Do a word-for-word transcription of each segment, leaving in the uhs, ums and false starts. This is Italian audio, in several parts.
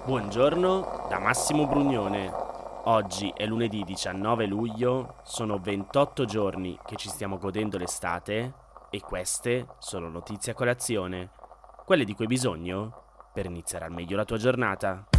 Buongiorno da Massimo Brugnone. Oggi è lunedì diciannove luglio, sono ventotto giorni che ci stiamo godendo l'estate e queste sono notizie a colazione, quelle di cui hai bisogno per iniziare al meglio la tua giornata.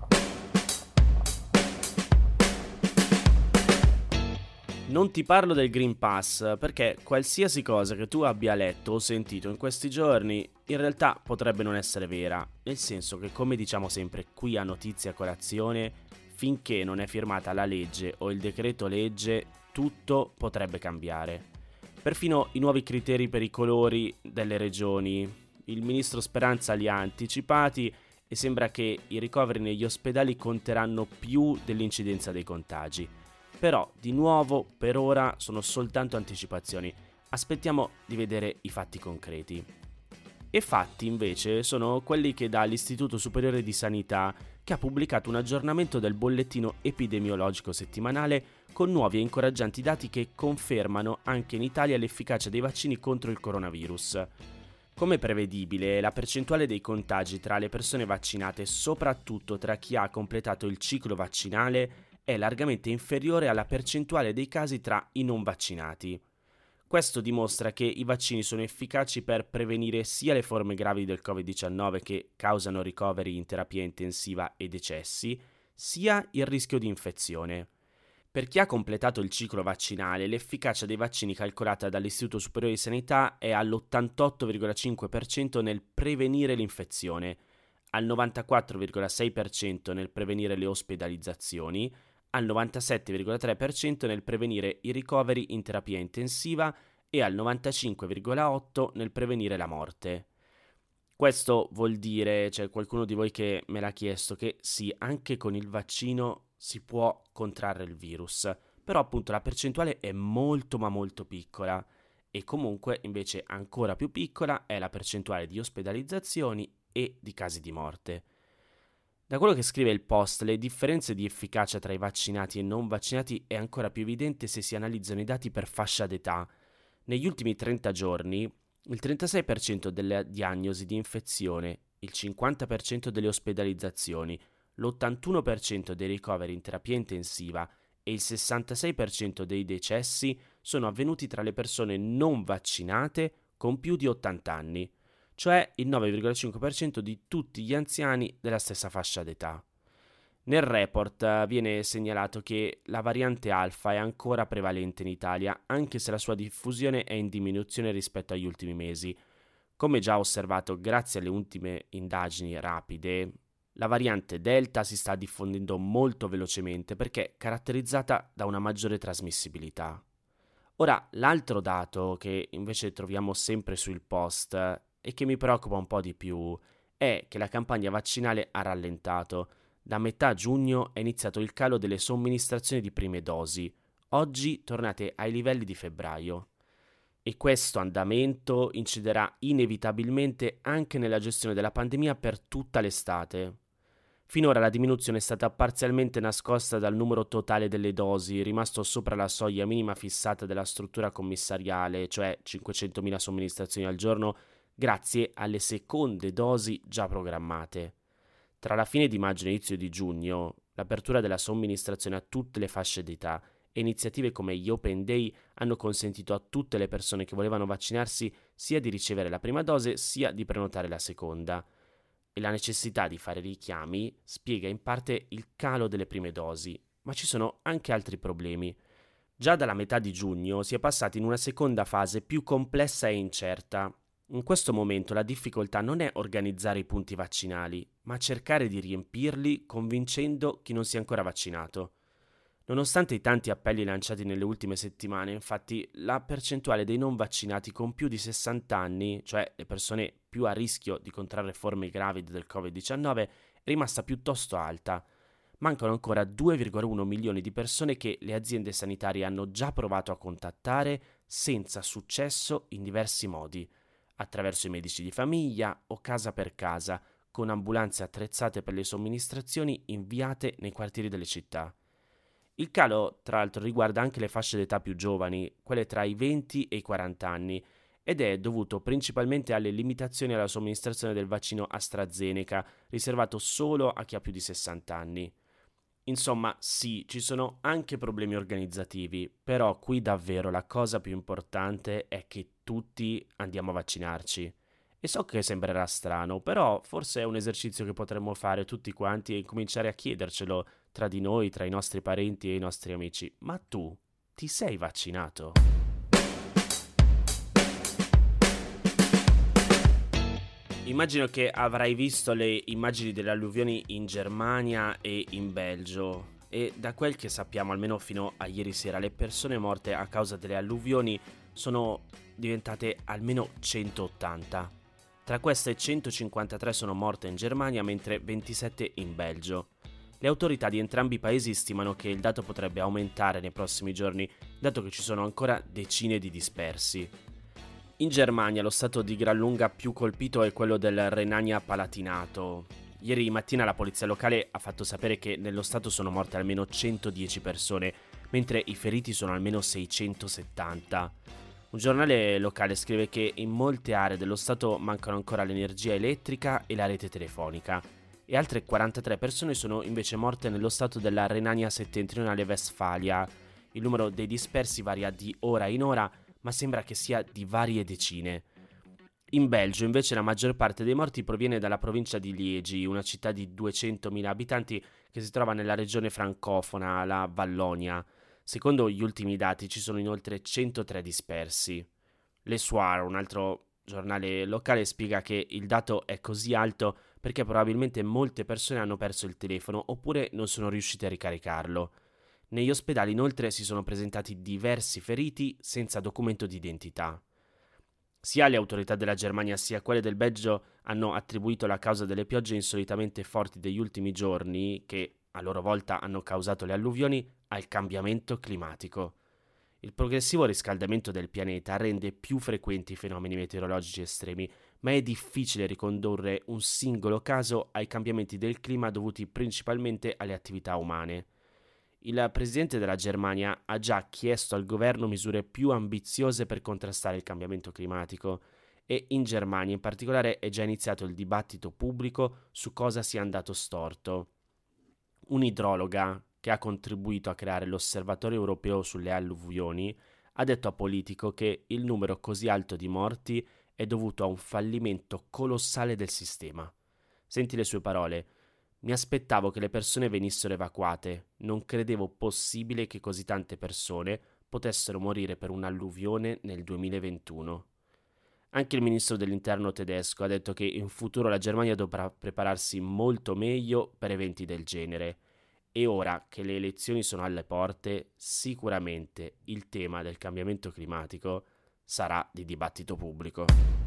Non ti parlo del Green Pass perché qualsiasi cosa che tu abbia letto o sentito in questi giorni in realtà potrebbe non essere vera, nel senso che, come diciamo sempre qui a Notizia Colazione, finché non è firmata la legge o il decreto legge, tutto potrebbe cambiare. Perfino i nuovi criteri per i colori delle regioni. Il ministro Speranza li ha anticipati e sembra che i ricoveri negli ospedali conteranno più dell'incidenza dei contagi. Però, di nuovo, per ora sono soltanto anticipazioni. Aspettiamo di vedere i fatti concreti. E fatti, invece, sono quelli che dà l'Istituto Superiore di Sanità, che ha pubblicato un aggiornamento del bollettino epidemiologico settimanale con nuovi e incoraggianti dati che confermano anche in Italia l'efficacia dei vaccini contro il coronavirus. Come prevedibile, la percentuale dei contagi tra le persone vaccinate, soprattutto tra chi ha completato il ciclo vaccinale, è largamente inferiore alla percentuale dei casi tra i non vaccinati. Questo dimostra che i vaccini sono efficaci per prevenire sia le forme gravi del covid diciannove che causano ricoveri in terapia intensiva e decessi, sia il rischio di infezione. Per chi ha completato il ciclo vaccinale, l'efficacia dei vaccini calcolata dall'Istituto Superiore di Sanità è all'ottantotto virgola cinque per cento nel prevenire l'infezione, al novantaquattro virgola sei per cento nel prevenire le ospedalizzazioni, al novantasette virgola tre per cento nel prevenire i ricoveri in terapia intensiva e al novantacinque virgola otto per cento nel prevenire la morte. Questo vuol dire, c'è qualcuno di voi che me l'ha chiesto, che sì, anche con il vaccino si può contrarre il virus, però appunto la percentuale è molto ma molto piccola e comunque invece ancora più piccola è la percentuale di ospedalizzazioni e di casi di morte. Da quello che scrive il Post, le differenze di efficacia tra i vaccinati e non vaccinati è ancora più evidente se si analizzano i dati per fascia d'età. Negli ultimi trenta giorni, il trentasei per cento delle diagnosi di infezione, il cinquanta per cento delle ospedalizzazioni, l'ottantuno per cento dei ricoveri in terapia intensiva e il sessantasei per cento dei decessi sono avvenuti tra le persone non vaccinate con più di ottanta anni, cioè il nove virgola cinque per cento di tutti gli anziani della stessa fascia d'età. Nel report viene segnalato che la variante alfa è ancora prevalente in Italia, anche se la sua diffusione è in diminuzione rispetto agli ultimi mesi. Come già osservato grazie alle ultime indagini rapide, la variante Delta si sta diffondendo molto velocemente perché è caratterizzata da una maggiore trasmissibilità. Ora, l'altro dato che invece troviamo sempre sul Post e che mi preoccupa un po' di più è che la campagna vaccinale ha rallentato. Da metà giugno è iniziato il calo delle somministrazioni di prime dosi, oggi tornate ai livelli di febbraio. E questo andamento inciderà inevitabilmente anche nella gestione della pandemia per tutta l'estate. Finora la diminuzione è stata parzialmente nascosta dal numero totale delle dosi, rimasto sopra la soglia minima fissata della struttura commissariale, cioè cinquecentomila somministrazioni al giorno, grazie alle seconde dosi già programmate. Tra la fine di maggio e l'inizio di giugno, l'apertura della somministrazione a tutte le fasce d'età e iniziative come gli Open Day hanno consentito a tutte le persone che volevano vaccinarsi sia di ricevere la prima dose sia di prenotare la seconda. E la necessità di fare richiami spiega in parte il calo delle prime dosi, ma ci sono anche altri problemi. Già dalla metà di giugno si è passati in una seconda fase più complessa e incerta. In questo momento la difficoltà non è organizzare i punti vaccinali, ma cercare di riempirli convincendo chi non si è ancora vaccinato. Nonostante i tanti appelli lanciati nelle ultime settimane, infatti, la percentuale dei non vaccinati con più di sessanta anni, cioè le persone più a rischio di contrarre forme gravi del covid diciannove, è rimasta piuttosto alta. Mancano ancora due virgola uno milioni di persone che le aziende sanitarie hanno già provato a contattare senza successo in diversi modi, attraverso i medici di famiglia o casa per casa, con ambulanze attrezzate per le somministrazioni inviate nei quartieri delle città. Il calo, tra l'altro, riguarda anche le fasce d'età più giovani, quelle tra i venti e i quaranta anni, ed è dovuto principalmente alle limitazioni alla somministrazione del vaccino AstraZeneca, riservato solo a chi ha più di sessanta anni. Insomma, sì, ci sono anche problemi organizzativi, però qui davvero la cosa più importante è che tutti andiamo a vaccinarci. E so che sembrerà strano, però forse è un esercizio che potremmo fare tutti quanti e cominciare a chiedercelo tra di noi, tra i nostri parenti e i nostri amici. Ma tu ti sei vaccinato? Immagino che avrai visto le immagini delle alluvioni in Germania e in Belgio e da quel che sappiamo, almeno fino a ieri sera, le persone morte a causa delle alluvioni sono diventate almeno centottanta. Tra queste centocinquantatré sono morte in Germania mentre ventisette in Belgio. Le autorità di entrambi i paesi stimano che il dato potrebbe aumentare nei prossimi giorni, dato che ci sono ancora decine di dispersi. In Germania lo stato di gran lunga più colpito è quello del Renania-Palatinato. Ieri mattina la polizia locale ha fatto sapere che nello stato sono morte almeno centodieci persone, mentre i feriti sono almeno seicentosettanta. Un giornale locale scrive che in molte aree dello stato mancano ancora l'energia elettrica e la rete telefonica, e altre quarantatré persone sono invece morte nello stato della Renania Settentrionale Westfalia. Il numero dei dispersi varia di ora in ora, ma sembra che sia di varie decine. In Belgio invece la maggior parte dei morti proviene dalla provincia di Liegi, una città di duecentomila abitanti che si trova nella regione francofona, la Vallonia. Secondo gli ultimi dati ci sono inoltre centotré dispersi. Le Soir, un altro giornale locale, spiega che il dato è così alto perché probabilmente molte persone hanno perso il telefono oppure non sono riuscite a ricaricarlo. Negli ospedali inoltre si sono presentati diversi feriti senza documento di identità. Sia le autorità della Germania sia quelle del Belgio hanno attribuito la causa delle piogge insolitamente forti degli ultimi giorni, che a loro volta hanno causato le alluvioni, al cambiamento climatico. Il progressivo riscaldamento del pianeta rende più frequenti i fenomeni meteorologici estremi, ma è difficile ricondurre un singolo caso ai cambiamenti del clima dovuti principalmente alle attività umane. Il presidente della Germania ha già chiesto al governo misure più ambiziose per contrastare il cambiamento climatico e in Germania in particolare è già iniziato il dibattito pubblico su cosa sia andato storto. Un'idrologa che ha contribuito a creare l'Osservatorio europeo sulle alluvioni ha detto a Politico che il numero così alto di morti è dovuto a un fallimento colossale del sistema. Senti le sue parole. Mi aspettavo che le persone venissero evacuate, non credevo possibile che così tante persone potessero morire per un'alluvione nel duemilaventuno. Anche il ministro dell'interno tedesco ha detto che in futuro la Germania dovrà prepararsi molto meglio per eventi del genere e ora che le elezioni sono alle porte, sicuramente il tema del cambiamento climatico sarà di dibattito pubblico.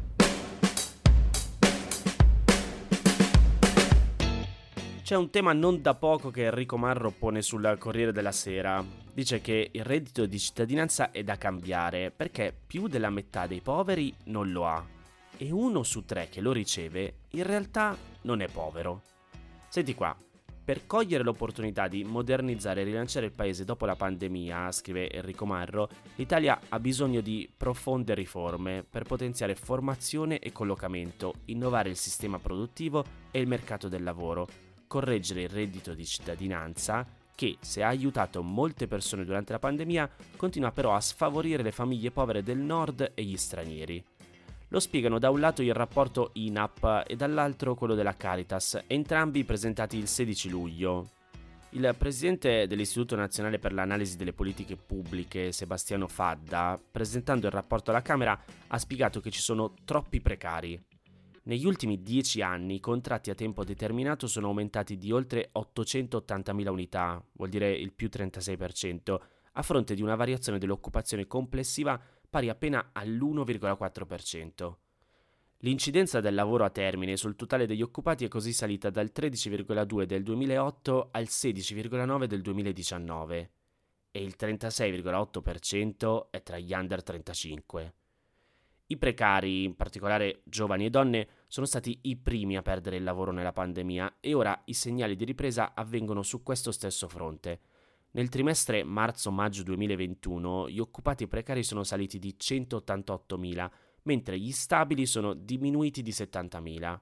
C'è un tema non da poco che Enrico Marro pone sul Corriere della Sera. Dice che il reddito di cittadinanza è da cambiare perché più della metà dei poveri non lo ha e uno su tre che lo riceve in realtà non è povero. Senti qua, per cogliere l'opportunità di modernizzare e rilanciare il paese dopo la pandemia, scrive Enrico Marro, l'Italia ha bisogno di profonde riforme per potenziare formazione e collocamento, innovare il sistema produttivo e il mercato del lavoro, correggere il reddito di cittadinanza che, se ha aiutato molte persone durante la pandemia, continua però a sfavorire le famiglie povere del nord e gli stranieri. Lo spiegano da un lato il rapporto I N A P e dall'altro quello della Caritas, entrambi presentati il sedici luglio. Il presidente dell'Istituto Nazionale per l'Analisi delle Politiche Pubbliche, Sebastiano Fadda, presentando il rapporto alla Camera, ha spiegato che ci sono troppi precari. Negli ultimi dieci anni i contratti a tempo determinato sono aumentati di oltre ottocentottantamila unità, vuol dire il più trentasei per cento, a fronte di una variazione dell'occupazione complessiva pari appena all'uno virgola quattro per cento. L'incidenza del lavoro a termine sul totale degli occupati è così salita dal tredici virgola due del duemilaotto al sedici virgola nove del duemiladiciannove e il trentasei virgola otto per cento è tra gli under trentacinque. I precari, in particolare giovani e donne, sono stati i primi a perdere il lavoro nella pandemia e ora i segnali di ripresa avvengono su questo stesso fronte. Nel trimestre marzo-maggio duemilaventuno gli occupati precari sono saliti di centottantottomila, mentre gli stabili sono diminuiti di settantamila.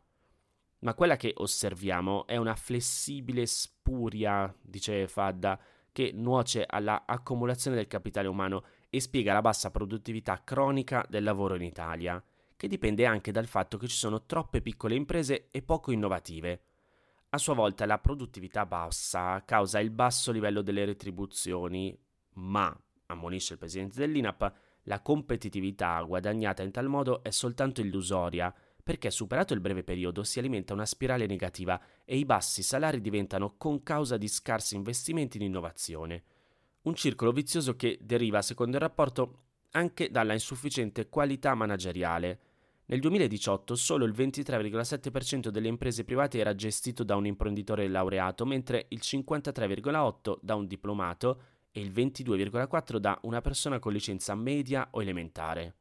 Ma quella che osserviamo è una flessibile spuria, dice Fadda, che nuoce alla accumulazione del capitale umano e spiega la bassa produttività cronica del lavoro in Italia, che dipende anche dal fatto che ci sono troppe piccole imprese e poco innovative. A sua volta la produttività bassa causa il basso livello delle retribuzioni, ma, ammonisce il presidente dell'I N A P, la competitività guadagnata in tal modo è soltanto illusoria, perché superato il breve periodo si alimenta una spirale negativa e i bassi salari diventano concausa di scarsi investimenti in innovazione. Un circolo vizioso che deriva, secondo il rapporto, anche dalla insufficiente qualità manageriale. Nel duemiladiciotto solo il ventitré virgola sette per cento delle imprese private era gestito da un imprenditore laureato, mentre il cinquantatré virgola otto per cento da un diplomato e il ventidue virgola quattro per cento da una persona con licenza media o elementare.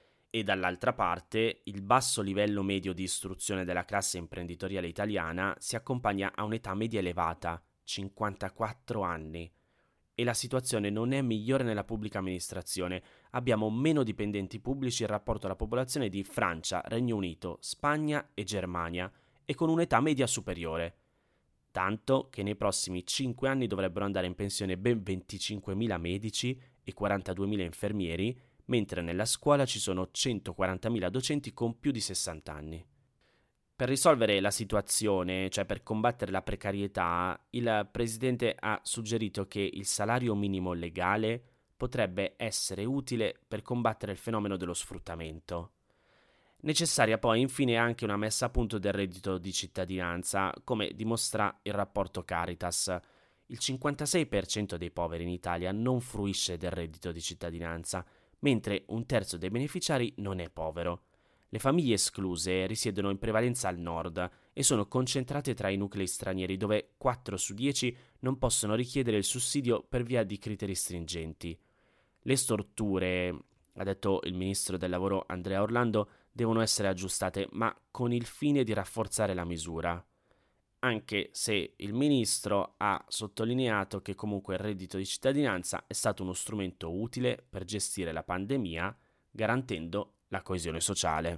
E dall'altra parte, il basso livello medio di istruzione della classe imprenditoriale italiana si accompagna a un'età media elevata, cinquantaquattro anni. E la situazione non è migliore nella pubblica amministrazione. Abbiamo meno dipendenti pubblici in rapporto alla popolazione di Francia, Regno Unito, Spagna e Germania, e con un'età media superiore. Tanto che nei prossimi cinque anni dovrebbero andare in pensione ben venticinquemila medici e quarantaduemila infermieri, mentre nella scuola ci sono centoquarantamila docenti con più di sessanta anni. Per risolvere la situazione, cioè per combattere la precarietà, il presidente ha suggerito che il salario minimo legale potrebbe essere utile per combattere il fenomeno dello sfruttamento. Necessaria poi infine anche una messa a punto del reddito di cittadinanza, come dimostra il rapporto Caritas. Il cinquantasei per cento dei poveri in Italia non fruisce del reddito di cittadinanza, mentre un terzo dei beneficiari non è povero. Le famiglie escluse risiedono in prevalenza al nord e sono concentrate tra i nuclei stranieri, dove quattro su dieci non possono richiedere il sussidio per via di criteri stringenti. Le storture, ha detto il ministro del lavoro Andrea Orlando, devono essere aggiustate, ma con il fine di rafforzare la misura. Anche se il ministro ha sottolineato che comunque il reddito di cittadinanza è stato uno strumento utile per gestire la pandemia, garantendo la coesione sociale.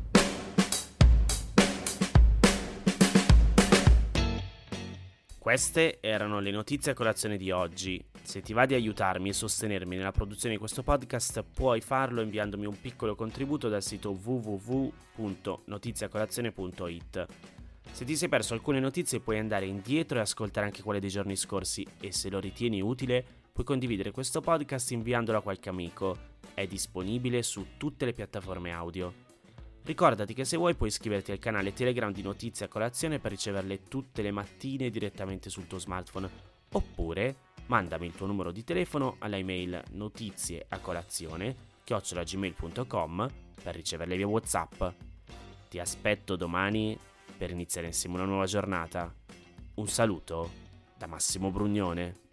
Queste erano le notizie a colazione di oggi. Se ti va di aiutarmi e sostenermi nella produzione di questo podcast, puoi farlo inviandomi un piccolo contributo dal sito w w w punto notiziacolazione punto i t. Se ti sei perso alcune notizie puoi andare indietro e ascoltare anche quelle dei giorni scorsi, e se lo ritieni utile puoi condividere questo podcast inviandolo a qualche amico. È disponibile su tutte le piattaforme audio. Ricordati che se vuoi puoi iscriverti al canale Telegram di Notizie a Colazione per riceverle tutte le mattine direttamente sul tuo smartphone, oppure mandami il tuo numero di telefono alla email notizieacolazione chiocciola gmail punto com per riceverle via WhatsApp. Ti aspetto domani per iniziare insieme una nuova giornata. Un saluto da Massimo Brugnone.